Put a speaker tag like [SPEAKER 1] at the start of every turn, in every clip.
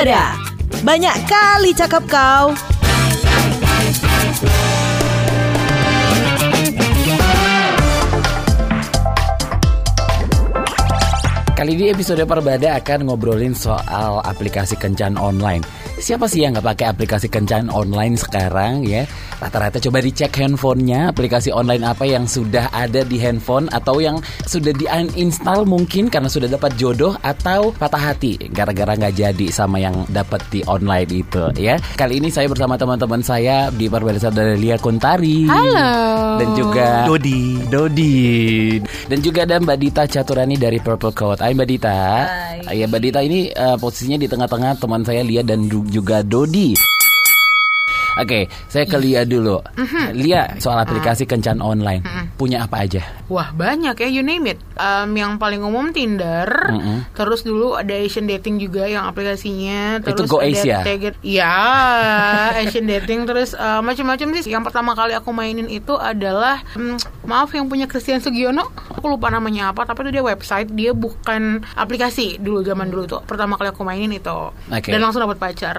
[SPEAKER 1] Perbada. Banyak kali cakap kau.
[SPEAKER 2] Kali ini episode Perbada akan ngobrolin soal aplikasi kencan online. Siapa sih yang nggak pakai aplikasi kencan online sekarang ya? Rata-rata coba dicek handphonenya, aplikasi online apa yang sudah ada di handphone atau yang sudah di-uninstall mungkin karena sudah dapat jodoh atau patah hati gara-gara nggak jadi sama yang dapat di online itu ya. Kali ini saya bersama teman-teman saya di Perbada Saudara Lia Kuntari.
[SPEAKER 3] Halo.
[SPEAKER 2] Dan juga
[SPEAKER 4] Dodi.
[SPEAKER 2] Dan juga ada Mbak Dita Caturani dari Purple Code. Hai Mbak Dita.
[SPEAKER 3] Hai.
[SPEAKER 2] Ya Mbak Dita ini posisinya di tengah-tengah teman saya Lia dan juga Dodi. Oke, saya ke Lia dulu. Lia, soal aplikasi kencan online, punya apa aja?
[SPEAKER 3] Wah banyak ya, you name it. Yang paling umum Tinder. Terus dulu ada Asian Dating juga yang aplikasinya.
[SPEAKER 2] Itu
[SPEAKER 3] Terus
[SPEAKER 2] Go
[SPEAKER 3] ada
[SPEAKER 2] Asia?
[SPEAKER 3] Ya, Asian Dating. Terus macam-macam sih. Yang pertama kali aku mainin itu adalah maaf yang punya Christian Sugiono. Aku lupa namanya apa, tapi itu dia website. Dia bukan aplikasi dulu, zaman dulu tuh. Pertama kali aku mainin itu.
[SPEAKER 2] Okay.
[SPEAKER 3] Dan langsung dapat pacar.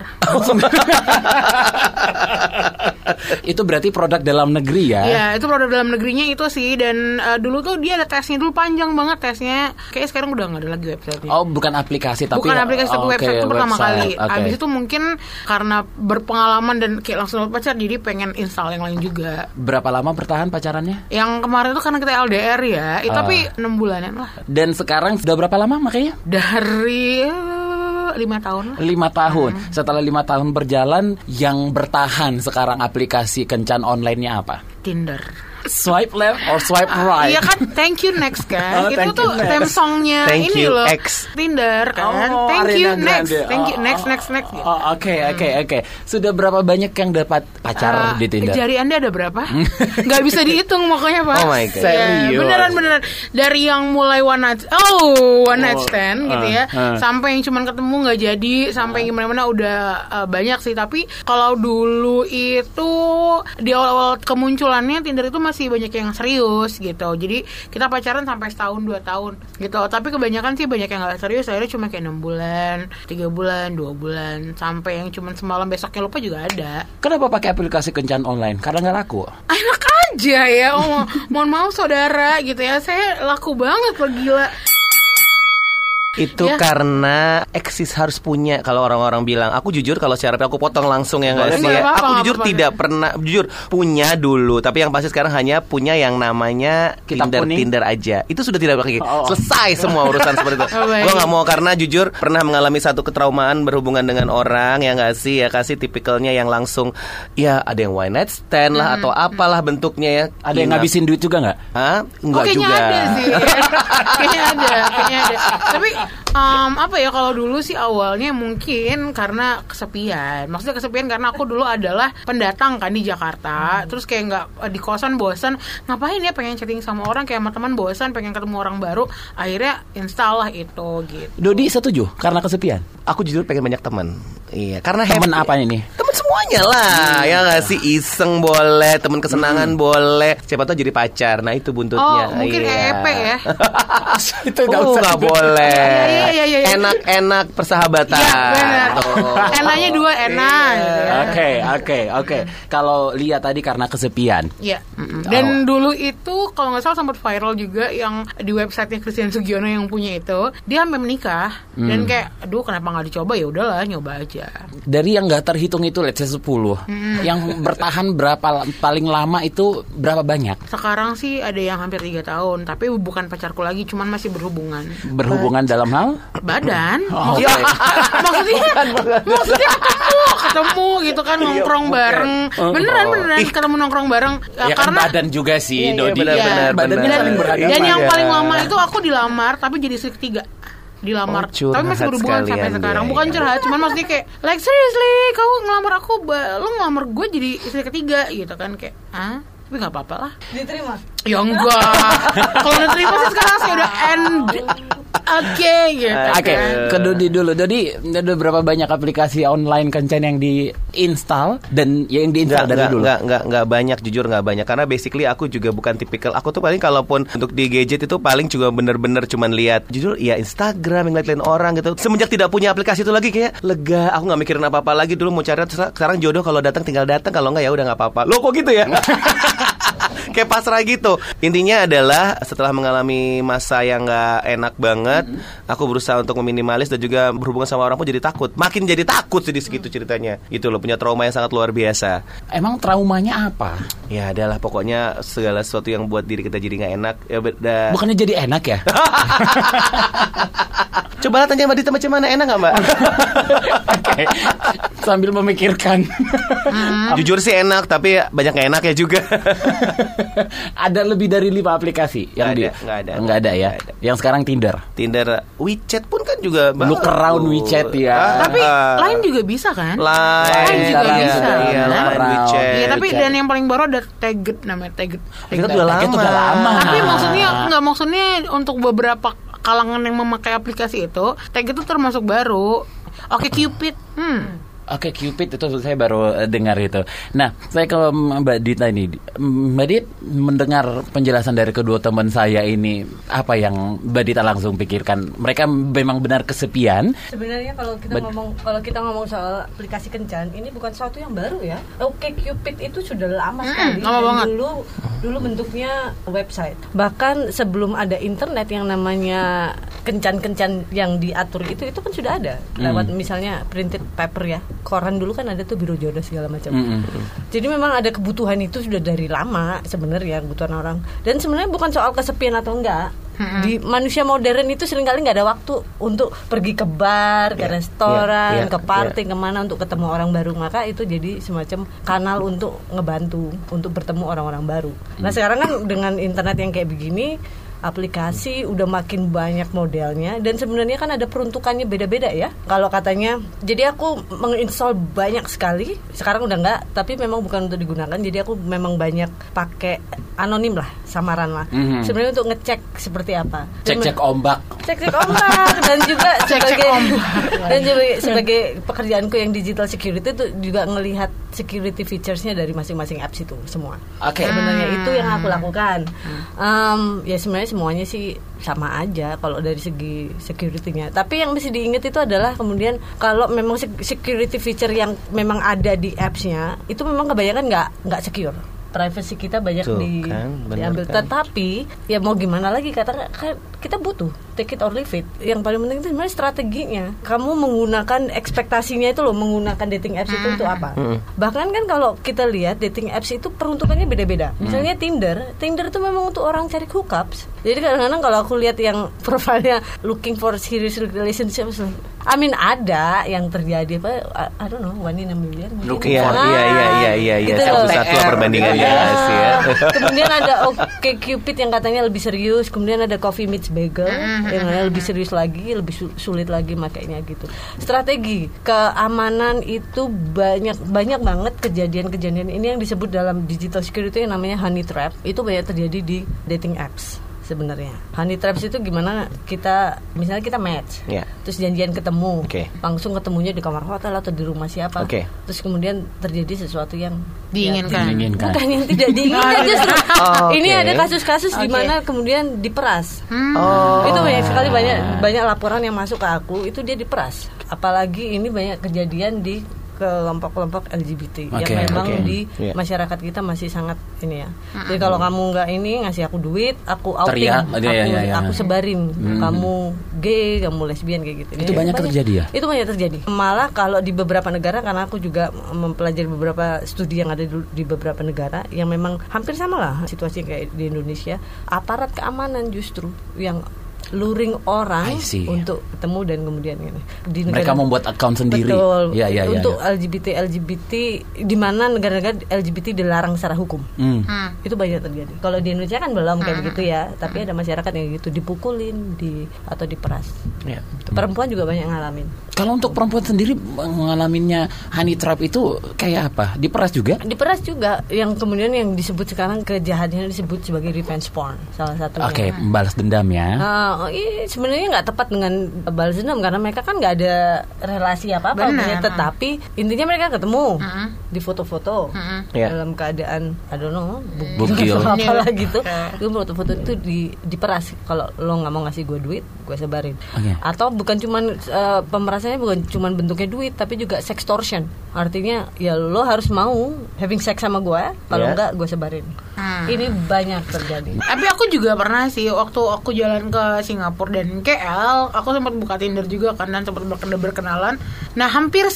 [SPEAKER 2] Itu berarti produk dalam negeri ya?
[SPEAKER 3] Iya, itu produk dalam negerinya itu sih. Dan dulu tuh dia ada tesnya, dulu panjang banget tesnya. Kayaknya sekarang udah gak ada lagi website-nya.
[SPEAKER 2] Oh, bukan aplikasi tapi
[SPEAKER 3] bukan aplikasi tapi website itu pertama kali.
[SPEAKER 2] Okay.
[SPEAKER 3] Abis itu mungkin karena berpengalaman dan kayak langsung dapat pacar, jadi pengen install yang lain juga.
[SPEAKER 2] Berapa lama bertahan pacarannya?
[SPEAKER 3] Yang kemarin itu karena kita LDR ya, tapi 6 bulanan lah.
[SPEAKER 2] Dan sekarang sudah berapa lama makanya?
[SPEAKER 3] Dari 5 tahun lah.
[SPEAKER 2] 5 tahun. Setelah 5 tahun berjalan, yang bertahan sekarang aplikasi kencan online-nya apa?
[SPEAKER 3] Tinder.
[SPEAKER 2] Swipe left or swipe right?
[SPEAKER 3] Iya kan, thank you next kan.
[SPEAKER 2] Oh,
[SPEAKER 3] itu tuh theme songnya
[SPEAKER 4] Thank
[SPEAKER 3] ini
[SPEAKER 4] you,
[SPEAKER 3] loh
[SPEAKER 4] X.
[SPEAKER 3] Tinder kan.
[SPEAKER 2] Oh,
[SPEAKER 3] Thank you
[SPEAKER 2] Ariana
[SPEAKER 3] next.
[SPEAKER 2] Grande.
[SPEAKER 3] Thank you next. Gitu.
[SPEAKER 2] Oh, oke. Sudah berapa banyak yang dapat pacar di Tinder?
[SPEAKER 3] Jari Anda ada berapa? Gak bisa dihitung pokoknya Pak.
[SPEAKER 4] Oh my God.
[SPEAKER 3] Ya,
[SPEAKER 2] Serius?
[SPEAKER 3] beneran. Dari yang mulai one night stand gitu ya, sampai yang cuman ketemu gak jadi, sampai yang gimana-mana udah banyak sih. Tapi kalau dulu itu di awal kemunculannya Tinder itu masih banyak yang serius gitu. Jadi kita pacaran sampai setahun 2 tahun gitu. Tapi kebanyakan sih banyak yang gak serius. Akhirnya cuma kayak 6 bulan, 3 bulan, 2 bulan, sampai yang cuma semalam besoknya lupa juga ada.
[SPEAKER 2] Kenapa pakai aplikasi kencan online? Karena nggak laku.
[SPEAKER 3] Enak aja ya. Mohon maaf saudara gitu ya. Saya laku banget loh, gila.
[SPEAKER 4] Itu
[SPEAKER 3] Ya.
[SPEAKER 4] karena eksis harus punya. Kalau orang-orang bilang, aku jujur kalau secara aku potong langsung ya nggak sih.
[SPEAKER 3] Boleh,
[SPEAKER 4] Ya.
[SPEAKER 3] apa-apa,
[SPEAKER 4] Aku jujur
[SPEAKER 3] apa-apa.
[SPEAKER 4] tidak pernah, jujur punya dulu. Tapi yang pasti sekarang hanya punya yang namanya
[SPEAKER 2] Kitab kuning.
[SPEAKER 4] Tinder aja. Itu sudah tidak pakai.
[SPEAKER 2] Oh.
[SPEAKER 4] Selesai semua urusan seperti itu.
[SPEAKER 3] Oh, baik.
[SPEAKER 4] Gue nggak mau, karena jujur pernah mengalami satu ketraumaan berhubungan dengan orang yang nggak sih, ya kasih tipikalnya yang langsung, ya ada yang one night stand lah atau apalah bentuknya ya.
[SPEAKER 2] Ada yang ngabisin duit juga nggak?
[SPEAKER 4] Hah? Enggak
[SPEAKER 3] Kayaknya
[SPEAKER 4] juga.
[SPEAKER 3] ada sih. Kayaknya ada. Tapi apa ya, kalau dulu sih awalnya mungkin karena kesepian. Maksudnya kesepian karena aku dulu adalah pendatang kan di Jakarta. Terus kayak nggak di kosan, bosan. Ngapain ya, pengen chatting sama orang, kayak sama teman bosan, pengen ketemu orang baru. Akhirnya install lah itu gitu.
[SPEAKER 2] Dodi setuju karena kesepian.
[SPEAKER 4] Aku jujur pengen banyak teman. Iya, karena
[SPEAKER 2] Temen
[SPEAKER 4] happy.
[SPEAKER 2] apa ini?
[SPEAKER 4] Temen semuanya lah, ya nggak sih, iseng boleh, temen kesenangan boleh, siapa tahu jadi pacar. Nah itu buntutnya.
[SPEAKER 3] Oh, mungkin EEP ya.
[SPEAKER 2] Itu nggak usah.
[SPEAKER 4] Nggak boleh.
[SPEAKER 3] Iya.
[SPEAKER 4] Enak persahabatan.
[SPEAKER 3] Iya benar.
[SPEAKER 4] Tuh.
[SPEAKER 3] Enaknya 2 enak. Gitu ya.
[SPEAKER 2] Oke. Kalau Lia tadi karena kesepian.
[SPEAKER 3] Iya. Dan dulu itu kalau nggak salah sempat viral juga yang di websitenya Christian Sugiono yang punya itu, dia sampai menikah. Dan kayak, aduh kenapa nggak dicoba, ya udahlah nyoba aja.
[SPEAKER 2] Dari yang nggak terhitung itu let's say 10, yang bertahan paling lama itu berapa banyak?
[SPEAKER 3] Sekarang sih ada yang hampir 3 tahun, tapi bukan pacarku lagi, cuman masih berhubungan.
[SPEAKER 2] Berhubungan dalam hal?
[SPEAKER 3] Badan.
[SPEAKER 2] Oh,
[SPEAKER 3] Maksudnya ketemu gitu kan, nongkrong bareng. Beneran ketemu nongkrong bareng.
[SPEAKER 2] Ya kan
[SPEAKER 3] Karena
[SPEAKER 2] badan juga sih,
[SPEAKER 4] Iya,
[SPEAKER 2] Dodi.
[SPEAKER 4] benar.
[SPEAKER 2] Badannya
[SPEAKER 3] dan,
[SPEAKER 2] paling beragam.
[SPEAKER 3] dan yang
[SPEAKER 4] ya.
[SPEAKER 3] paling lama itu aku dilamar tapi jadi istri ketiga. Dilamar,
[SPEAKER 4] Oh,
[SPEAKER 3] tapi masih
[SPEAKER 4] curhat
[SPEAKER 3] berhubungan sampai
[SPEAKER 4] sekalian
[SPEAKER 3] sekarang.
[SPEAKER 4] dia,
[SPEAKER 3] Bukan
[SPEAKER 4] ya.
[SPEAKER 3] curhat, cuman maksudnya kayak, like seriously, kau ngelamar aku, lo ngelamar gue jadi istri ketiga gitu kan, kayak, tapi nggak apa-apa lah.
[SPEAKER 1] Diterima?
[SPEAKER 3] Ya enggak. Kalau nerima sih sekarang saya udah end. Oke, gitu.
[SPEAKER 2] Oke, ke Dodi dulu. Dodi, ada berapa banyak aplikasi online kencan yang diinstal dan yang diinstal dari dulu?
[SPEAKER 4] Nggak banyak, jujur nggak banyak. Karena basically aku juga bukan tipikal. Aku tuh paling kalaupun untuk di gadget itu paling juga bener-bener cuman lihat jujur ya Instagram yang ngeliatin orang gitu. Semenjak tidak punya aplikasi itu lagi kayak lega. Aku nggak mikirin apa-apa lagi. Dulu mau cari, sekarang jodoh kalau datang tinggal datang, kalau nggak ya udah nggak apa-apa. Loh kok gitu ya? Kayak pasrah gitu. Intinya adalah setelah mengalami masa yang nggak enak banget, aku berusaha untuk meminimalis dan juga berhubungan sama orang pun jadi takut. Makin jadi takut jadi segitu ceritanya. Itu loh, punya trauma yang sangat luar biasa.
[SPEAKER 2] Emang traumanya apa?
[SPEAKER 4] Ya adalah pokoknya segala sesuatu yang buat diri kita jadi nggak enak. Ya beda.
[SPEAKER 2] Bukannya jadi enak ya?
[SPEAKER 4] Coba tanya Mbak Dita macam mana, enak nggak Mbak?
[SPEAKER 2] Oke. Sambil memikirkan.
[SPEAKER 4] Jujur sih enak, tapi banyak nggak enak ya juga.
[SPEAKER 2] Ada lebih dari 5 aplikasi yang nggak ada ya. Yang sekarang Tinder,
[SPEAKER 4] WeChat pun kan juga bagus.
[SPEAKER 2] Look around WeChat ya.
[SPEAKER 3] Tapi lain juga bisa kan?
[SPEAKER 4] Lain
[SPEAKER 3] juga bisa.
[SPEAKER 4] Iya, Line, WeChat.
[SPEAKER 3] Iya, tapi dan yang paling baru ada Tagged, namanya Tagged.
[SPEAKER 4] Itu udah lama.
[SPEAKER 3] Tapi maksudnya untuk beberapa kalangan yang memakai aplikasi itu, Tagged itu termasuk baru. Oke, Cupid.
[SPEAKER 2] Oke, Cupid itu saya baru dengar itu. Nah, saya ke Mbak Dita ini. Mbak Dit mendengar penjelasan dari kedua teman saya ini, apa yang Mbak Dita langsung pikirkan? Mereka memang benar kesepian.
[SPEAKER 5] Sebenarnya kalau kita ngomong soal aplikasi kencan, ini bukan sesuatu yang baru ya. Oke, Cupid itu sudah lama sekali.
[SPEAKER 3] Lama banget.
[SPEAKER 5] Dulu bentuknya website. Bahkan sebelum ada internet yang namanya kencan-kencan yang diatur itu kan sudah ada. Lewat misalnya printed paper ya. Koran dulu kan ada tuh biro jodoh segala macam. Jadi memang ada kebutuhan itu sudah dari lama sebenarnya, kebutuhan orang. Dan sebenarnya bukan soal kesepian atau enggak. Di manusia modern itu seringkali nggak ada waktu untuk pergi ke bar, ke restoran, ke party, kemana untuk ketemu orang baru. Maka itu jadi semacam kanal untuk ngebantu untuk bertemu orang-orang baru. Nah sekarang kan dengan internet yang kayak begini, aplikasi udah makin banyak modelnya dan sebenarnya kan ada peruntukannya beda-beda ya. Kalau katanya, jadi aku menginstall banyak sekali. Sekarang udah enggak, tapi memang bukan untuk digunakan. Jadi aku memang banyak pakai anonim lah, samaran lah. Sebenarnya untuk ngecek seperti apa.
[SPEAKER 2] Cek-cek ombak.
[SPEAKER 5] Cek-cek ombak dan juga sebagai pekerjaanku yang digital security itu juga ngelihat security features-nya dari masing-masing apps itu semua.
[SPEAKER 2] Oke.
[SPEAKER 5] Sebenarnya itu yang aku lakukan. Ya sebenarnya semuanya sih sama aja kalau dari segi security-nya. Tapi yang mesti diingat itu adalah kemudian kalau memang security feature yang memang ada di apps-nya itu memang kebanyakan nggak secure. Privacy kita banyak diambil kan. Tetapi ya mau gimana lagi, kata kita butuh take it or leave it. Yang paling penting itu sebenarnya strateginya. Kamu menggunakan ekspektasinya itu loh, menggunakan dating apps itu untuk apa. Bahkan kan kalau kita lihat dating apps itu peruntukannya beda-beda. Misalnya Tinder itu memang untuk orang cari hookups. Jadi kadang-kadang kalau aku lihat yang profilnya looking for serious relationships, ada yang terjadi apa, I don't know, 1 in a million.
[SPEAKER 4] Looking for iya. Gitu satu perbandingannya ya.
[SPEAKER 5] Kemudian ada Oke Cupid yang katanya lebih serius. Kemudian ada Coffee Meets Bagel yang lebih serius lagi, lebih sulit lagi makanya gitu. Strategi keamanan itu banyak banget kejadian-kejadian ini yang disebut dalam digital security yang namanya honey trap. Itu banyak terjadi di dating apps. Sebenarnya honey traps itu gimana, misalnya kita match, terus janjian ketemu, langsung ketemunya di kamar hotel atau di rumah siapa, terus kemudian terjadi sesuatu yang
[SPEAKER 3] diinginkan.
[SPEAKER 5] Bukan yang tidak diinginkan justru. Ini ada kasus-kasus di mana kemudian diperas. Itu banyak sekali, banyak laporan yang masuk ke aku itu dia diperas. Apalagi ini banyak kejadian di kelompok-kelompok LGBT yang memang di masyarakat kita masih sangat ini ya. Jadi kalau kamu nggak ini ngasih aku duit, aku outing, aku sebarin kamu gay, kamu lesbian kayak gitu.
[SPEAKER 2] Itu banyak terjadi ya?
[SPEAKER 5] Itu banyak terjadi. Malah kalau di beberapa negara, karena aku juga mempelajari beberapa studi yang ada di beberapa negara yang memang hampir sama lah situasi kayak di Indonesia, aparat keamanan justru yang luring orang
[SPEAKER 2] I see.
[SPEAKER 5] untuk ketemu dan kemudian ini. Di
[SPEAKER 2] Mereka membuat account sendiri.
[SPEAKER 5] Betul.
[SPEAKER 2] Ya.
[SPEAKER 5] Untuk LGBT di mana negara-negara LGBT dilarang secara hukum. Itu banyak terjadi. Kalau di Indonesia kan belum kayak begitu ya, tapi ada masyarakat yang gitu dipukulin atau diperas.
[SPEAKER 2] Ya.
[SPEAKER 5] Perempuan juga banyak ngalamin.
[SPEAKER 2] Kalau untuk perempuan sendiri mengalaminya honey trap itu kayak apa? Diperas juga?
[SPEAKER 5] Diperas juga, yang kemudian yang disebut sekarang kejahatannya disebut sebagai revenge porn salah satunya.
[SPEAKER 2] Oke, membalas dendam ya.
[SPEAKER 5] Sebenarnya nggak tepat dengan balas dendam karena mereka kan nggak ada relasi apa-apa, tetapi intinya mereka ketemu di foto-foto dalam keadaan I don't know
[SPEAKER 2] bugil
[SPEAKER 5] apalah gitu. Itu foto-foto itu diperas. Kalau lo nggak mau ngasih gue duit, gue sebarin. Atau bukan cuman pemerasannya bukan cuman bentuknya duit, tapi juga sextortion. Artinya ya lo harus mau having sex sama gue, kalau enggak gue sebarin. Ini banyak terjadi.
[SPEAKER 3] Tapi aku juga pernah sih waktu aku jalan ke Singapura dan KL, aku sempat buka Tinder juga kan dan sempat berkenalan. Nah hampir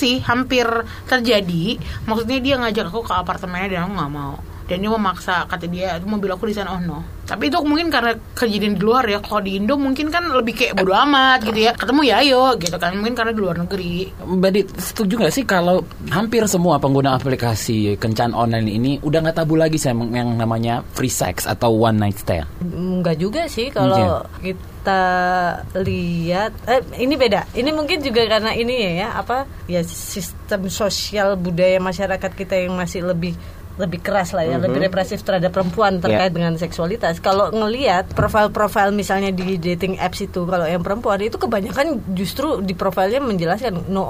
[SPEAKER 3] terjadi. Maksudnya dia ngajak aku ke apartemennya dan aku nggak mau. Dan dia memaksa, kata dia itu mobil aku di sana. Oh no. Tapi itu mungkin karena kejadian di luar ya. Kalau di Indo mungkin kan lebih kayak bodo amat gitu ya. Ketemu ya ayo gitu kan. Mungkin karena di luar negeri.
[SPEAKER 2] Mbak Dit, setuju gak sih kalau hampir semua pengguna aplikasi kencan online ini udah gak tabu lagi sih yang namanya free sex atau one night stand?
[SPEAKER 5] Enggak juga sih kalau kita lihat ini beda. Ini mungkin juga karena ini ya sistem sosial budaya masyarakat kita yang masih lebih keras lah ya, lebih represif terhadap perempuan terkait dengan seksualitas. Kalau ngelihat profil-profil misalnya di dating apps itu, kalau yang perempuan itu kebanyakan justru di profilnya menjelaskan no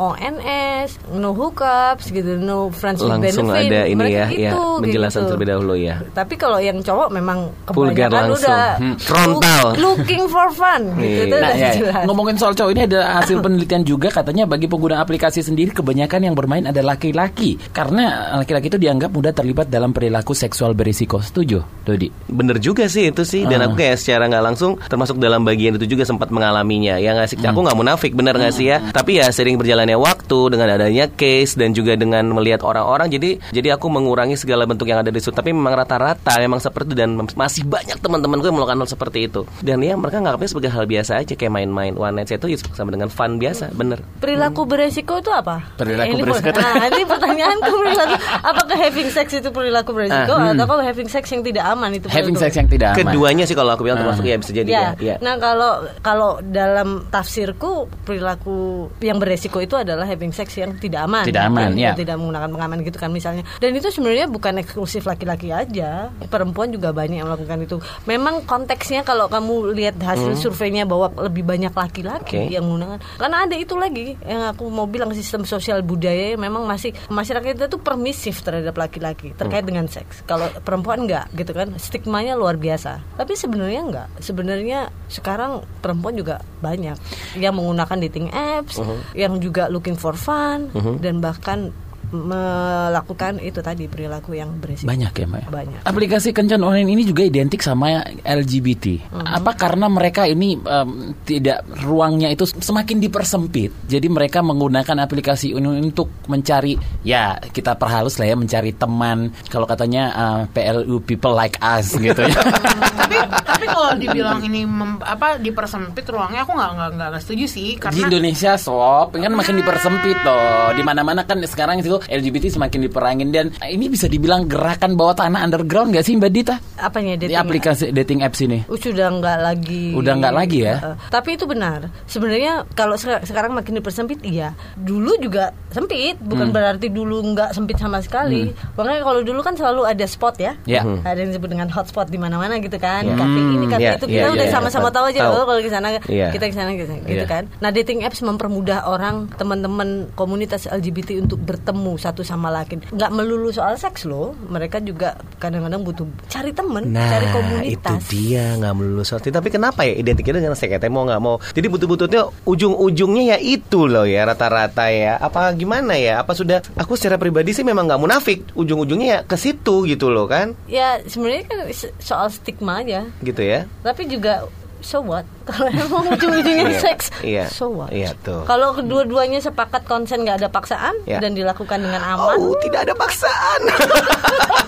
[SPEAKER 5] ONS, no hookups gitu, no friends with benefit.
[SPEAKER 4] Langsung ada ini
[SPEAKER 5] itu,
[SPEAKER 4] penjelasan
[SPEAKER 5] gitu.
[SPEAKER 4] terlebih dahulu ya.
[SPEAKER 5] Tapi kalau yang cowok memang
[SPEAKER 4] vulgar
[SPEAKER 5] kebanyakan
[SPEAKER 4] langsung.
[SPEAKER 5] udah
[SPEAKER 4] frontal,
[SPEAKER 5] looking for fun gitu. Itu udah jelas.
[SPEAKER 2] Ngomongin soal cowok, ini ada hasil penelitian juga katanya bagi pengguna aplikasi sendiri kebanyakan yang bermain adalah laki-laki karena laki-laki itu dianggap mudah terlibat dalam perilaku seksual berisiko. Setuju, Dodi?
[SPEAKER 4] Bener juga sih itu sih. Dan aku kayak secara nggak langsung termasuk dalam bagian itu juga sempat mengalaminya. Ya nggak sih, aku nggak munafik, bener nggak sih ya. Tapi ya sering berjalannya waktu dengan adanya case dan juga dengan melihat orang-orang, jadi aku mengurangi segala bentuk yang ada di situ. Tapi memang rata-rata memang seperti itu dan masih banyak teman-teman gue yang melakukan hal seperti itu. Dan ya mereka nganggapnya sebagai hal biasa aja, kayak main-main one night stand itu sama dengan fun biasa, bener.
[SPEAKER 5] Perilaku beresiko itu apa?
[SPEAKER 2] Perilaku beresiko.
[SPEAKER 5] Ini pertanyaanku, perilaku. Apakah having sex itu perilaku beresiko atau kalau having sex yang tidak aman itu
[SPEAKER 2] having sex yang tidak aman?
[SPEAKER 4] Keduanya sih kalau aku bilang termasuk ya bisa jadi ya.
[SPEAKER 5] Nah kalau dalam tafsirku perilaku yang beresiko itu adalah having sex yang tidak aman.
[SPEAKER 2] Tidak aman, ya.
[SPEAKER 5] Tidak menggunakan pengaman gitu kan misalnya. Dan itu sebenarnya bukan eksklusif laki-laki aja. Perempuan juga banyak yang melakukan itu. Memang konteksnya kalau kamu lihat hasil surveinya bahwa lebih banyak laki-laki yang menggunakan. Karena ada itu lagi yang aku mau bilang, sistem sosial budaya memang masih masyarakat kita tuh permisif terhadap laki-laki terkait dengan seks. Kalau perempuan enggak gitu kan, stigmanya luar biasa. Tapi sebenarnya enggak. Sebenarnya sekarang perempuan juga banyak yang menggunakan dating apps, yang juga looking for fun dan bahkan melakukan itu tadi perilaku yang berisiko.
[SPEAKER 2] Banyak ya, Mbak?
[SPEAKER 5] Banyak.
[SPEAKER 2] Aplikasi kencan online ini juga identik sama LGBT. Apa karena mereka ini tidak, ruangnya itu semakin dipersempit, jadi mereka menggunakan aplikasi ini untuk mencari, ya kita perhalus lah ya, mencari teman. Kalau katanya PLU, people like us gitu ya.
[SPEAKER 3] Tapi kalau dibilang ini dipersempit ruangnya, aku nggak setuju sih, karena
[SPEAKER 2] di Indonesia kan makin dipersempit toh. Di mana-mana kan sekarang itu LGBT semakin diperangin, dan ini bisa dibilang gerakan bawah tanah underground nggak sih, Mbak Dita?
[SPEAKER 5] Apanya dating?
[SPEAKER 2] Di aplikasi dating apps ini.
[SPEAKER 5] Sudah nggak lagi
[SPEAKER 2] ya.
[SPEAKER 5] Tapi itu benar. Sebenarnya kalau sekarang makin dipersempit, iya. Dulu juga sempit, bukan berarti dulu nggak sempit sama sekali. Makanya kalau dulu kan selalu ada spot ya. Ada yang disebut dengan hotspot di mana-mana gitu kan. Kafe ini, kafe itu, kita udah sama-sama tahu aja loh kalau di sana kita ke sana gitu kan. Nah, dating apps mempermudah orang, teman-teman komunitas LGBT untuk bertemu satu sama lain. Nggak melulu soal seks loh. Mereka juga kadang-kadang butuh cari teman, cari komunitas.
[SPEAKER 4] Nah, itu dia, nggak melulu soal itu. Tapi kenapa ya identiknya dengan seks? Mau nggak mau. Jadi butuh-butuhnya ujung-ujungnya ya itu loh ya, rata-rata ya. Apa gimana ya? Apa sudah, aku secara pribadi sih memang nggak munafik. Ujung-ujungnya ya ke situ gitu loh kan.
[SPEAKER 5] Ya sebenarnya kan soal stigma aja.
[SPEAKER 4] Gitu ya.
[SPEAKER 5] Tapi juga so what? Kalau emang ujung-ujungnya seks, so what?
[SPEAKER 4] Tuh.
[SPEAKER 5] Kalau kedua-duanya sepakat konsen, nggak ada paksaan dan dilakukan dengan aman.
[SPEAKER 4] Tidak ada paksaan.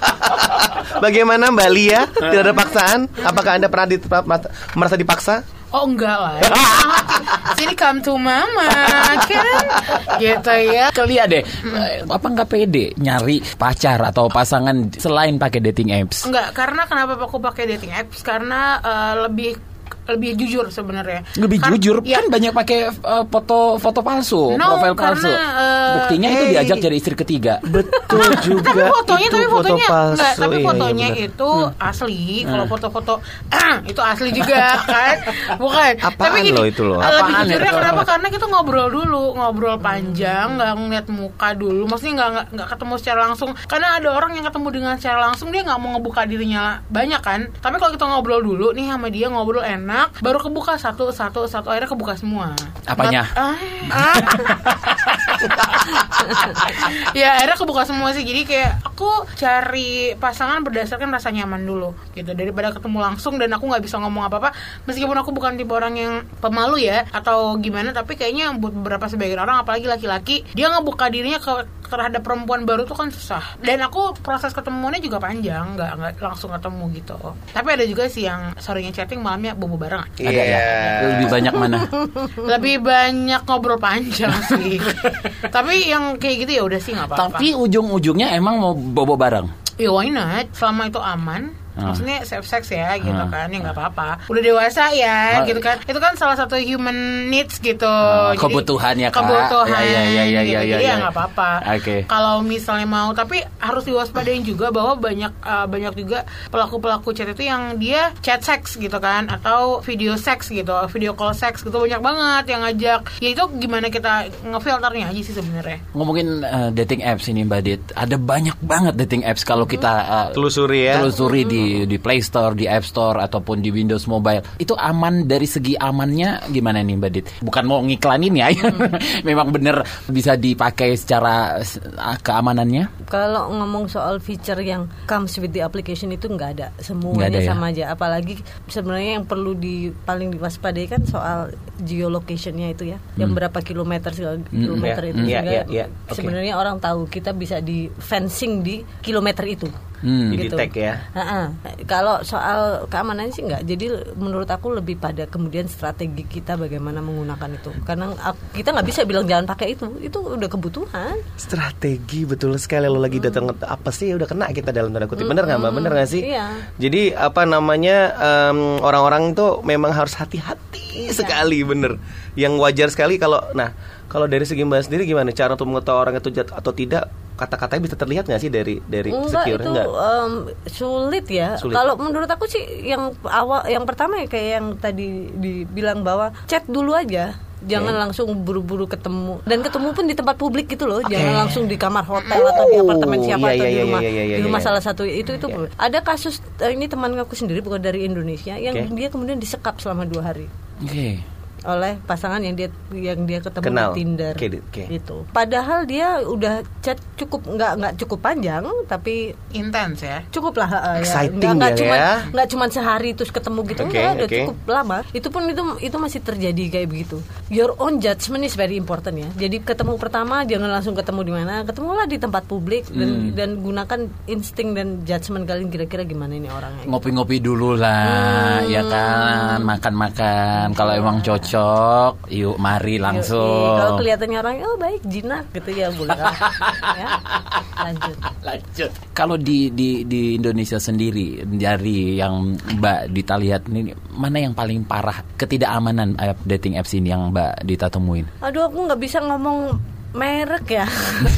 [SPEAKER 4] Bagaimana Mbak Lia? Tidak ada paksaan? Apakah Anda pernah merasa dipaksa?
[SPEAKER 3] Oh enggak lah. Sini come to mama kan gitu ya.
[SPEAKER 2] Lihat deh, apa nggak pede nyari pacar atau pasangan selain pakai dating apps?
[SPEAKER 3] Enggak, karena kenapa aku pakai dating apps? Karena lebih jujur sebenarnya.
[SPEAKER 2] Lebih jujur kan banyak pakai foto palsu, profil palsu. Buktinya itu diajak jadi istri ketiga.
[SPEAKER 4] Betul juga.
[SPEAKER 3] Tapi fotonya
[SPEAKER 4] palsu.
[SPEAKER 3] enggak, tapi
[SPEAKER 4] Iya,
[SPEAKER 3] fotonya
[SPEAKER 4] bener.
[SPEAKER 3] itu asli. Kalau foto-foto itu asli juga kan. Bukan.
[SPEAKER 4] Apaan
[SPEAKER 3] tapi gini,
[SPEAKER 4] lo itu lo?
[SPEAKER 3] Lebih
[SPEAKER 2] Apaan
[SPEAKER 3] jujurnya
[SPEAKER 2] itu?
[SPEAKER 3] kenapa? Karena kita ngobrol panjang, nggak ngeliat muka dulu. Maksudnya nggak ketemu secara langsung. Karena ada orang yang ketemu dengan secara langsung dia nggak mau ngebuka dirinya banyak kan. Tapi kalau kita ngobrol dulu nih sama dia, ngobrol enak, baru kebuka satu akhirnya kebuka semua.
[SPEAKER 2] Apanya?
[SPEAKER 3] Ya akhirnya kebuka semua sih. Jadi kayak aku cari pasangan berdasarkan rasa nyaman dulu gitu, daripada ketemu langsung dan aku nggak bisa ngomong apa-apa. Meskipun aku bukan tipe orang yang pemalu ya atau gimana, tapi kayaknya buat beberapa sebagian orang, apalagi laki-laki, dia ngebuka dirinya terhadap perempuan baru tuh kan susah. Dan aku proses ketemuannya juga panjang, nggak langsung ketemu gitu. Tapi ada juga sih yang sorenya chatting, malamnya bobo bareng.
[SPEAKER 2] Ada ya? Lebih banyak mana?
[SPEAKER 3] Lebih banyak ngobrol panjang sih. Tapi yang kayak gitu ya udah sih nggak apa-apa.
[SPEAKER 2] Tapi ujung-ujungnya emang mau bobo bareng.
[SPEAKER 3] Ya why not? Selama itu aman. Maksudnya safe sex ya gitu kan, ya nggak apa-apa. Udah dewasa ya gitu kan. Itu kan salah satu human needs gitu. Jadi,
[SPEAKER 2] kebutuhan ya Kak.
[SPEAKER 3] Kebutuhan.
[SPEAKER 2] Ya,
[SPEAKER 3] gitu. Jadi ya nggak apa-apa.
[SPEAKER 2] Oke.
[SPEAKER 3] Kalau misalnya mau, tapi harus diwaspadain juga bahwa banyak juga pelaku chat itu yang dia chat seks gitu kan, atau video seks gitu, video call seks gitu, banyak banget yang ngajak. Ya itu gimana kita ngefilternya aja sih sebenarnya.
[SPEAKER 2] Ngomongin dating apps ini Mbak Dit, ada banyak banget dating apps kalau kita
[SPEAKER 4] Telusuri
[SPEAKER 2] di Play Store, di App Store ataupun di Windows Mobile. Itu aman dari segi amannya gimana nih Mbak Dit? Bukan mau ngiklanin ya. Memang bener bisa dipakai secara keamanannya?
[SPEAKER 5] Kalau ngomong soal feature yang comes with the application itu nggak ada, semuanya
[SPEAKER 2] Nggak ada,
[SPEAKER 5] sama aja. Apalagi sebenarnya yang perlu paling diwaspadai kan soal geolocationnya itu ya, yang berapa kilometer kilometer itu sehingga sebenarnya orang tahu kita bisa di fencing di kilometer itu. Gitu.
[SPEAKER 4] Di-tag ya.
[SPEAKER 5] Kalau soal keamanan sih enggak. Jadi menurut aku lebih pada kemudian strategi kita bagaimana menggunakan itu. Karena kita nggak bisa bilang jangan pakai itu. Itu udah kebutuhan.
[SPEAKER 4] Strategi betul sekali. Lo lagi datang apa sih udah kena kita dalam tanda kutip. Bener nggak Mbak? Bener nggak sih?
[SPEAKER 5] Iya.
[SPEAKER 4] Jadi apa namanya orang-orang itu memang harus hati-hati sekali, bener. Yang wajar sekali kalau dari segi Mbak sendiri gimana cara untuk mengetahui orang itu jahat atau tidak? Kata-katanya bisa terlihat nggak sih dari secure?
[SPEAKER 5] Enggak, sulit ya. Kalau menurut aku sih yang pertama ya kayak yang tadi dibilang bahwa chat dulu aja. Jangan langsung buru-buru ketemu. Dan ketemu pun di tempat publik gitu loh. Jangan langsung di kamar hotel atau di apartemen siapa atau di rumah salah satu itu. Ada kasus ini teman aku sendiri bukan dari Indonesia yang dia kemudian disekap selama 2 hari. Oleh pasangan yang dia ketemu di Tinder gitu. Padahal dia udah chat cukup nggak cukup panjang tapi
[SPEAKER 3] intens ya.
[SPEAKER 5] Cukup lah
[SPEAKER 4] exciting
[SPEAKER 5] nggak cuma sehari terus ketemu gitu udah cukup lama. Itu pun itu masih terjadi kayak begitu. Your own judgment is very important ya. Jadi ketemu pertama jangan langsung ketemu di mana, ketemulah di tempat publik dan gunakan insting dan judgment kalian kira-kira gimana ini orangnya.
[SPEAKER 2] Ngopi-ngopi dulu lah, ya kan, makan-makan. Kalau emang cocok, yuk mari langsung.
[SPEAKER 5] Kalau kelihatannya orang baik jinak gitu ya boleh lah. Ya. Lanjut.
[SPEAKER 2] Kalau di Indonesia sendiri dari yang Mbak Dita lihat ini mana yang paling parah ketidakamanan dating apps ini yang Mbak Dita temuin?
[SPEAKER 5] Aduh aku nggak bisa ngomong merek ya.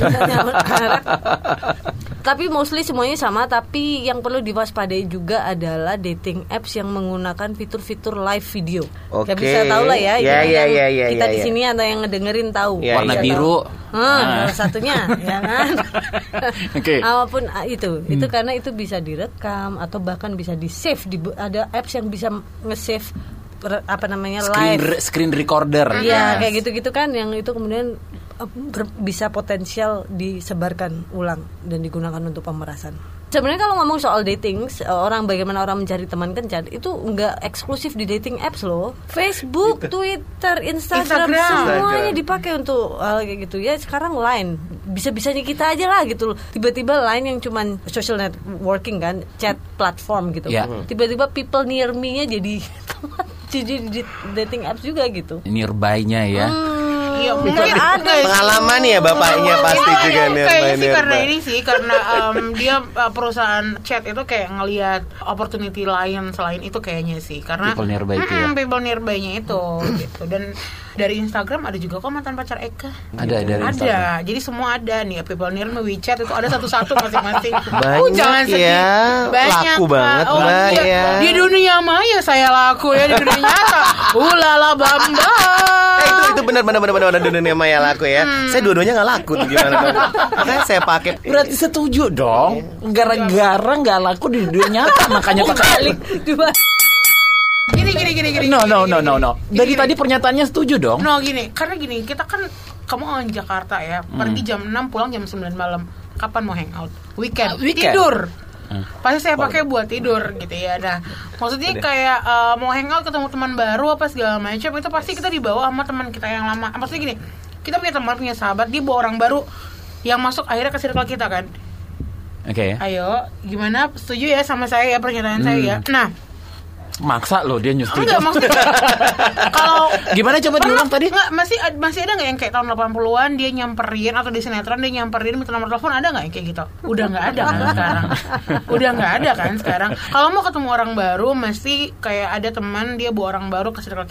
[SPEAKER 5] Tapi mostly semuanya sama. Tapi yang perlu diwaspadai juga adalah dating apps yang menggunakan fitur-fitur live video. Ya bisa tahu lah ya. Kita di sini ada yang ngedengerin tahu.
[SPEAKER 2] Warna biru.
[SPEAKER 5] Salah satunya, ya kan. Apapun itu
[SPEAKER 2] Hmm.
[SPEAKER 5] karena itu bisa direkam atau bahkan bisa di save. Ada apps yang bisa nge-save live
[SPEAKER 2] screen recorder.
[SPEAKER 5] Iya, kayak gitu-gitu kan yang itu kemudian bisa potensial disebarkan ulang dan digunakan untuk pemerasan. Sebenarnya kalau ngomong soal dating, bagaimana orang mencari teman kencan itu enggak eksklusif di dating apps loh. Facebook, Twitter, Instagram semuanya dipakai untuk kayak gitu ya. Sekarang Line, bisa-bisanya kita aja lah gitu loh. Tiba-tiba Line yang cuman social networking kan, chat platform gitu. Tiba-tiba people near me-nya jadi teman di dating apps juga gitu.
[SPEAKER 2] Nearby-nya ya.
[SPEAKER 3] Iya, mungkin ada
[SPEAKER 4] Pengalaman ya bapaknya pasti juga nih.
[SPEAKER 3] Kayaknya sih karena ini sih karena dia perusahaan chat itu kayak ngelihat opportunity lain selain itu kayaknya sih karena
[SPEAKER 2] People nearby itu ya.
[SPEAKER 3] People nearby-nya itu gitu. Dan dari Instagram ada juga kok mantan pacar Eka.
[SPEAKER 2] Ada dari Instagram.
[SPEAKER 3] Ada. Jadi semua ada nih People Near Me, WeChat itu ada satu-satu masing-masing.
[SPEAKER 4] Banyak
[SPEAKER 3] Jangan sedih.
[SPEAKER 4] ya.
[SPEAKER 3] Banyak,
[SPEAKER 4] Laku
[SPEAKER 3] Pak.
[SPEAKER 4] banget, Mbak,
[SPEAKER 3] iya.
[SPEAKER 4] ya.
[SPEAKER 3] Di dunia maya saya laku ya, di dunia nyata. Ulala bamba.
[SPEAKER 4] Itu benar di dunia maya laku ya. Saya dua-duanya nggak laku tuh gimana dong? Makanya saya pakai.
[SPEAKER 2] Berarti setuju dong. Gara-gara nggak laku di dunia nyata makanya pakai.
[SPEAKER 5] Dua.
[SPEAKER 3] Gini.
[SPEAKER 2] No. Dari tadi pernyataannya setuju dong.
[SPEAKER 3] No gini, karena gini, kita kan kamu orang Jakarta ya, pergi jam 6 pulang jam 9 malam. Kapan mau hangout? Weekend. Tidur. Pasti saya pakai buat tidur gitu ya. Nah, maksudnya kayak mau hangout ketemu teman baru apa segala macam itu pasti kita dibawa sama teman kita yang lama. Maksudnya gini, kita punya teman, punya sahabat, dia bawa orang baru yang masuk akhirnya ke circle kita kan.
[SPEAKER 2] Oke.
[SPEAKER 3] Ayo, gimana? Setuju ya sama saya ya pernyataan saya ya. Nah,
[SPEAKER 2] maksa loh dia nyusul.
[SPEAKER 3] enggak maksudnya kalau
[SPEAKER 2] Gimana coba diulang tadi?
[SPEAKER 3] Enggak, masih ada nggak yang kayak tahun 80-an dia nyamperin atau di sinetron dia nyamperin minta nomor telepon, ada nggak yang kayak gitu? Udah nggak ada kan sekarang. Udah nggak ada kan sekarang. Kalau mau ketemu orang baru mesti kayak ada teman dia bawa orang baru ke circle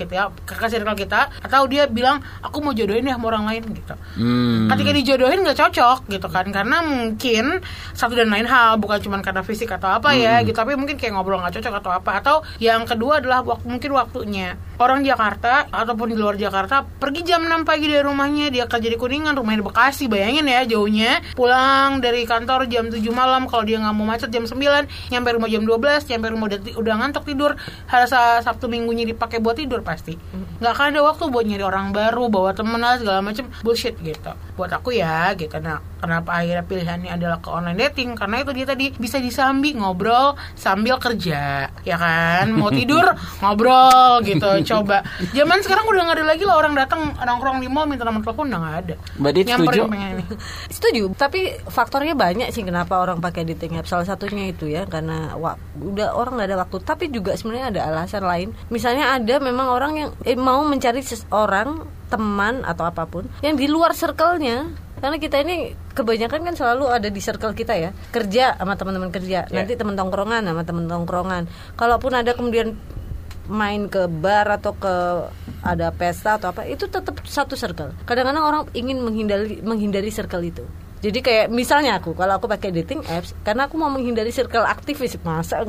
[SPEAKER 3] kita atau dia bilang aku mau jodohin ya sama orang lain gitu. Ketika dijodohin nggak cocok gitu kan karena mungkin satu dan lain hal, bukan cuma karena fisik atau apa ya gitu, tapi mungkin kayak ngobrol nggak cocok atau apa. Atau yang kedua adalah mungkin waktunya. Orang Jakarta ataupun di luar Jakarta pergi jam 6 pagi dari rumahnya, dia kerja di Kuningan, rumahnya di Bekasi, bayangin ya jauhnya. Pulang dari kantor jam 7 malam, kalau dia nggak mau macet jam 9, nyampe rumah jam 12, nyampe rumah udah ngantuk tidur. Hari Sabtu Minggunya dipakai buat tidur pasti. Nggak akan ada waktu buat nyari orang baru, bawa temen lah segala macam bullshit gitu. Buat aku ya gitu. Nah, kenapa akhirnya pilihannya adalah ke online dating? Karena itu dia tadi bisa disambi ngobrol sambil kerja, ya kan? Mau tidur ngobrol gitu. Coba zaman sekarang udah nggak ada lagi lah orang datang nongkrong di mall minta nomor telepon, udah nggak ada.
[SPEAKER 2] Mbak Dit setuju?
[SPEAKER 5] Setuju, tapi faktornya banyak sih kenapa orang pakai dating app. Salah satunya itu ya karena udah orang nggak ada waktu. Tapi juga sebenarnya ada alasan lain. Misalnya ada memang orang yang mau mencari seseorang teman atau apapun yang di luar circle-nya. Karena kita ini kebanyakan kan selalu ada di circle kita ya, kerja sama teman-teman kerja, nanti teman tongkrongan sama teman tongkrongan. Kalaupun ada kemudian main ke bar atau ke ada pesta atau apa, itu tetap satu circle. Kadang-kadang orang ingin menghindari circle itu. Jadi kayak misalnya kalau aku pakai dating apps karena aku mau menghindari circle aktivis, masa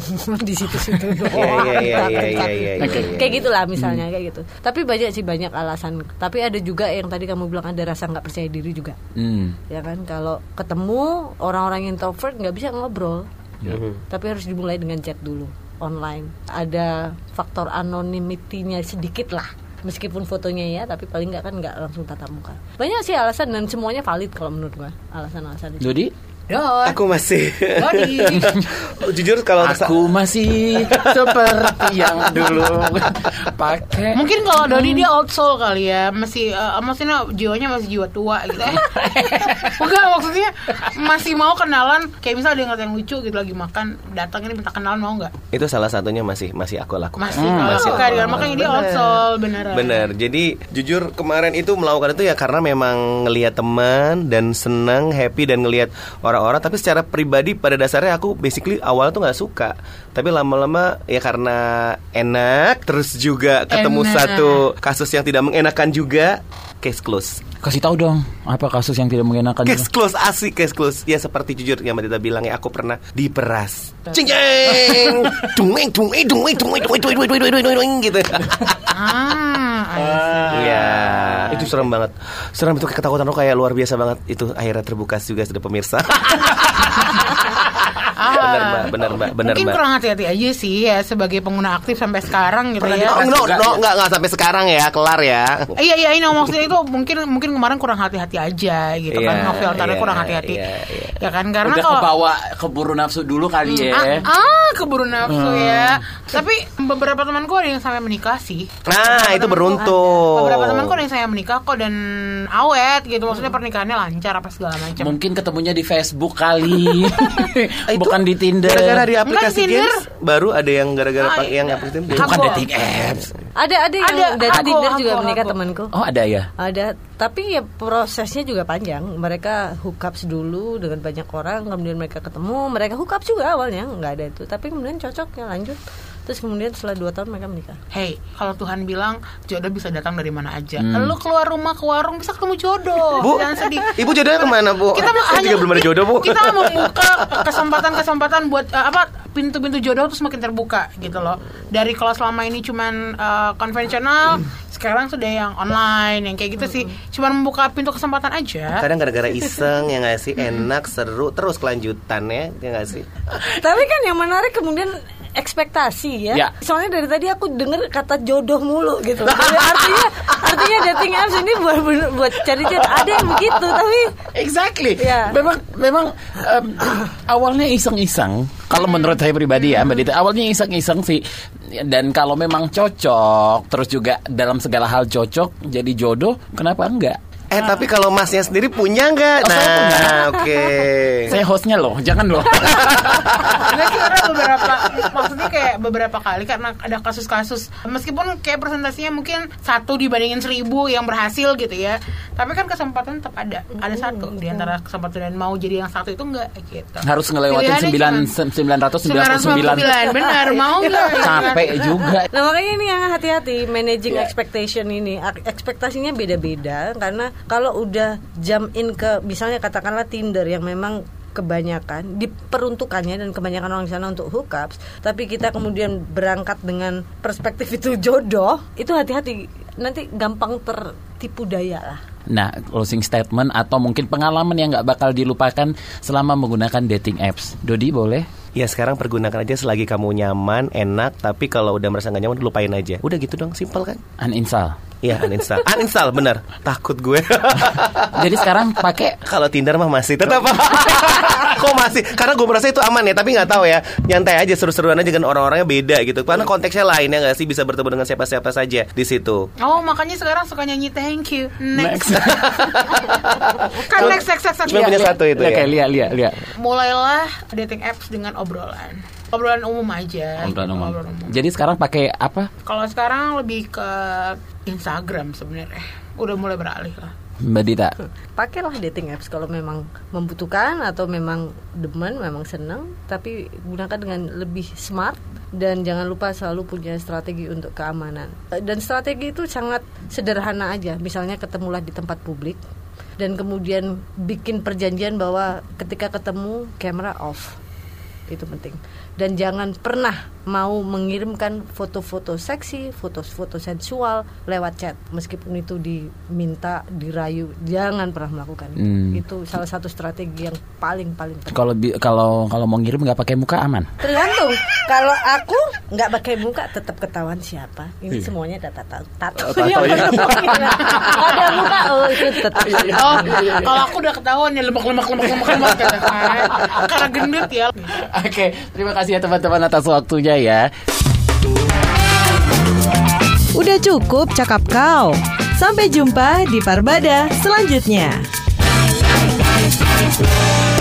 [SPEAKER 5] di situ-situ doang. Kayak gitulah misalnya kayak gitu. Tapi banyak alasan. Tapi ada juga yang tadi kamu bilang ada rasa nggak percaya diri juga. Ya kan, kalau ketemu orang-orang introvert nggak bisa ngobrol. Tapi harus dimulai dengan chat dulu online. Ada faktor anonymity-nya sedikit lah. Meskipun fotonya ya, tapi paling nggak kan nggak langsung tatap muka. Banyak sih alasan dan semuanya valid kalau menurut gua alasan-alasan itu.
[SPEAKER 2] Jadi
[SPEAKER 4] Aku masih jujur kalau
[SPEAKER 2] aku masih seperti yang dulu pakai.
[SPEAKER 3] Mungkin kalau Dodi dia old soul kali ya, masih maksudnya jiwanya masih jiwa tua gitu. Bukan, maksudnya masih mau kenalan, kayak misalnya dia ngeliat yang lucu gitu lagi makan, datang ini minta kenalan, mau nggak?
[SPEAKER 4] Itu salah satunya masih aku lakukan.
[SPEAKER 3] Masih kan, makanya dia old soul beneran.
[SPEAKER 4] Bener. Jadi jujur kemarin itu melakukan itu ya karena memang ngelihat teman dan senang, happy dan ngelihat orang-orang. Tapi secara pribadi pada dasarnya aku basically awal tuh nggak suka. Tapi lama-lama ya karena enak, terus juga ketemu satu kasus yang tidak mengenakan juga, case close.
[SPEAKER 2] Kasih tahu dong, apa kasus yang tidak mengenakan?
[SPEAKER 4] Case close, asik case close. Ya seperti jujur yang Mbak Dita bilang ya, aku pernah diperas. Cing cing, dung gitu. Iya, itu serem banget. Serem itu, ketakutan aku kayak luar biasa banget. Itu akhirnya terbuka juga sudah pemirsa. Benar mbak.
[SPEAKER 3] Mungkin kurang hati-hati aja sih ya sebagai pengguna aktif sampai sekarang gitu ya.
[SPEAKER 4] Nggak sampai sekarang ya, kelar ya.
[SPEAKER 3] Iya ini maksudnya itu mungkin kemarin kurang hati-hati aja gitu kan, ngefilternya kurang hati-hati. Ya kan, karena
[SPEAKER 2] udah
[SPEAKER 3] kalau
[SPEAKER 2] kebawa keburu nafsu dulu kali ya.
[SPEAKER 3] Keburu nafsu ya. Tapi beberapa temanku ada yang sampai menikah sih.
[SPEAKER 4] Nah, itu beruntung.
[SPEAKER 3] Beberapa temanku ada yang saya menikah kok dan awet gitu, maksudnya pernikahannya lancar apa segala macam.
[SPEAKER 2] Mungkin ketemunya di Facebook kali. Bukan di di Tinder.
[SPEAKER 4] Gara-gara di aplikasi
[SPEAKER 3] Enggak, Tinder.
[SPEAKER 4] games baru ada yang gara-gara yang aplikasi
[SPEAKER 2] Itu kan
[SPEAKER 3] Aku-
[SPEAKER 2] dating apps.
[SPEAKER 5] Ada yang dari
[SPEAKER 3] Aku-
[SPEAKER 5] Tinder juga
[SPEAKER 3] aku-
[SPEAKER 5] menikah
[SPEAKER 3] aku.
[SPEAKER 5] temanku.
[SPEAKER 2] Oh ada ya.
[SPEAKER 5] Ada, tapi ya prosesnya juga panjang. Mereka hookups dulu dengan banyak orang, kemudian mereka ketemu, mereka hookups juga awalnya nggak ada itu, tapi kemudian cocok ya lanjut. Terus kemudian setelah 2 tahun mereka menikah.
[SPEAKER 3] Hey, kalau Tuhan bilang jodoh bisa datang dari mana aja. Lu keluar rumah ke warung bisa ketemu jodoh.
[SPEAKER 4] Bu,
[SPEAKER 3] Jangan sedih.
[SPEAKER 4] Ibu jodohnya kemana, Bu?
[SPEAKER 3] Kita
[SPEAKER 4] Saya juga belum ada jodoh, Bu.
[SPEAKER 3] Kita mau buka kesempatan buat pintu-pintu jodoh tuh semakin terbuka gitu loh. Dari kalau selama ini cuman konvensional, sekarang sudah yang online, yang kayak gitu sih. Cuman membuka pintu kesempatan aja.
[SPEAKER 4] Kadang gara-gara iseng ya nggak sih, enak, seru, terus kelanjutannya ya nggak sih?
[SPEAKER 5] Tapi kan yang menarik kemudian ekspektasi ya.
[SPEAKER 2] Ya.
[SPEAKER 5] Soalnya dari tadi aku denger kata jodoh mulu gitu. Jadi artinya dating apps ini buat cari jodoh. Ada yang begitu, tapi
[SPEAKER 2] Exactly.
[SPEAKER 5] Ya.
[SPEAKER 2] Memang awalnya iseng-iseng. Kalau menurut saya pribadi ya, Mbak Dita, awalnya iseng-iseng sih. Dan kalau memang cocok, terus juga dalam segala hal cocok, jadi jodoh, kenapa enggak?
[SPEAKER 4] Tapi kalau masnya sendiri punya nggak?
[SPEAKER 2] Oh, saya punya.
[SPEAKER 4] Oke.
[SPEAKER 2] Saya hostnya loh, jangan loh.
[SPEAKER 3] Enggak sih, karena maksudnya kayak beberapa kali karena ada kasus-kasus meskipun kayak presentasinya mungkin 1 dibandingin 1000 yang berhasil gitu ya, tapi kan kesempatan tetap ada 1 di antara kesempatan dan mau jadi yang 1 itu enggak gitu.
[SPEAKER 2] Harus ngelewatin
[SPEAKER 3] Pilihannya
[SPEAKER 2] 999.
[SPEAKER 3] benar mau nggak?
[SPEAKER 2] Capek juga.
[SPEAKER 5] nah makanya ini yang hati-hati managing expectation ini. Ekspektasinya beda-beda karena kalau udah jump in ke misalnya katakanlah Tinder yang memang kebanyakan diperuntukannya dan kebanyakan orang di sana untuk hookups, tapi kita kemudian berangkat dengan perspektif itu jodoh, itu hati-hati nanti gampang tertipu daya lah.
[SPEAKER 2] Nah, closing statement atau mungkin pengalaman yang nggak bakal dilupakan selama menggunakan dating apps. Dodi boleh?
[SPEAKER 4] Ya sekarang pergunakan aja selagi kamu nyaman, enak. Tapi kalau udah merasa gak nyaman, lupain aja. Udah gitu dong, simple kan?
[SPEAKER 2] Uninstall.
[SPEAKER 4] Iya, uninstall. Uninstall, bener. Takut gue.
[SPEAKER 2] Jadi sekarang pakai
[SPEAKER 4] Kalau Tinder mah masih tetap. Kok masih? Karena gue merasa itu aman ya. Tapi gak tahu ya. Nyantai aja, seru-seruan aja dengan orang-orangnya beda gitu. Karena konteksnya lain ya gak sih? Bisa bertemu dengan siapa-siapa saja di situ.
[SPEAKER 3] Oh, makanya sekarang suka nyanyi thank you. Next. Kan next.
[SPEAKER 4] Cuma punya satu itu ya.
[SPEAKER 2] Oke, lihat.
[SPEAKER 3] Mulailah dating apps dengan obrolan umum aja.
[SPEAKER 2] Obrolan
[SPEAKER 3] gitu,
[SPEAKER 2] umum.
[SPEAKER 3] obrolan umum.
[SPEAKER 2] Jadi sekarang pakai apa?
[SPEAKER 3] Kalau sekarang lebih ke Instagram sebenarnya. Udah mulai beralih lah.
[SPEAKER 2] Mbak Dita.
[SPEAKER 5] Pakailah dating apps kalau memang membutuhkan atau memang demen, memang senang, tapi gunakan dengan lebih smart dan jangan lupa selalu punya strategi untuk keamanan. Dan strategi itu sangat sederhana aja. Misalnya ketemulah di tempat publik dan kemudian bikin perjanjian bahwa ketika ketemu kamera off. Itu penting. Dan jangan pernah mau mengirimkan foto-foto seksi, foto-foto sensual lewat chat, meskipun itu diminta, dirayu, jangan pernah melakukan. Itu salah satu strategi yang paling penting.
[SPEAKER 2] Kalau mau ngirim nggak pakai muka aman?
[SPEAKER 5] Tergantung. Kalau aku nggak pakai muka tetap ketahuan siapa. Ini semuanya tato. Ada muka, oh itu tetap.
[SPEAKER 3] Oh, kalau aku udah ketahuan ya lemak kata kan. Karena gendut ya.
[SPEAKER 2] Oke, terima kasih ya teman-teman atas waktunya ya.
[SPEAKER 1] Udah cukup cakap kau. Sampai jumpa di Parbada selanjutnya.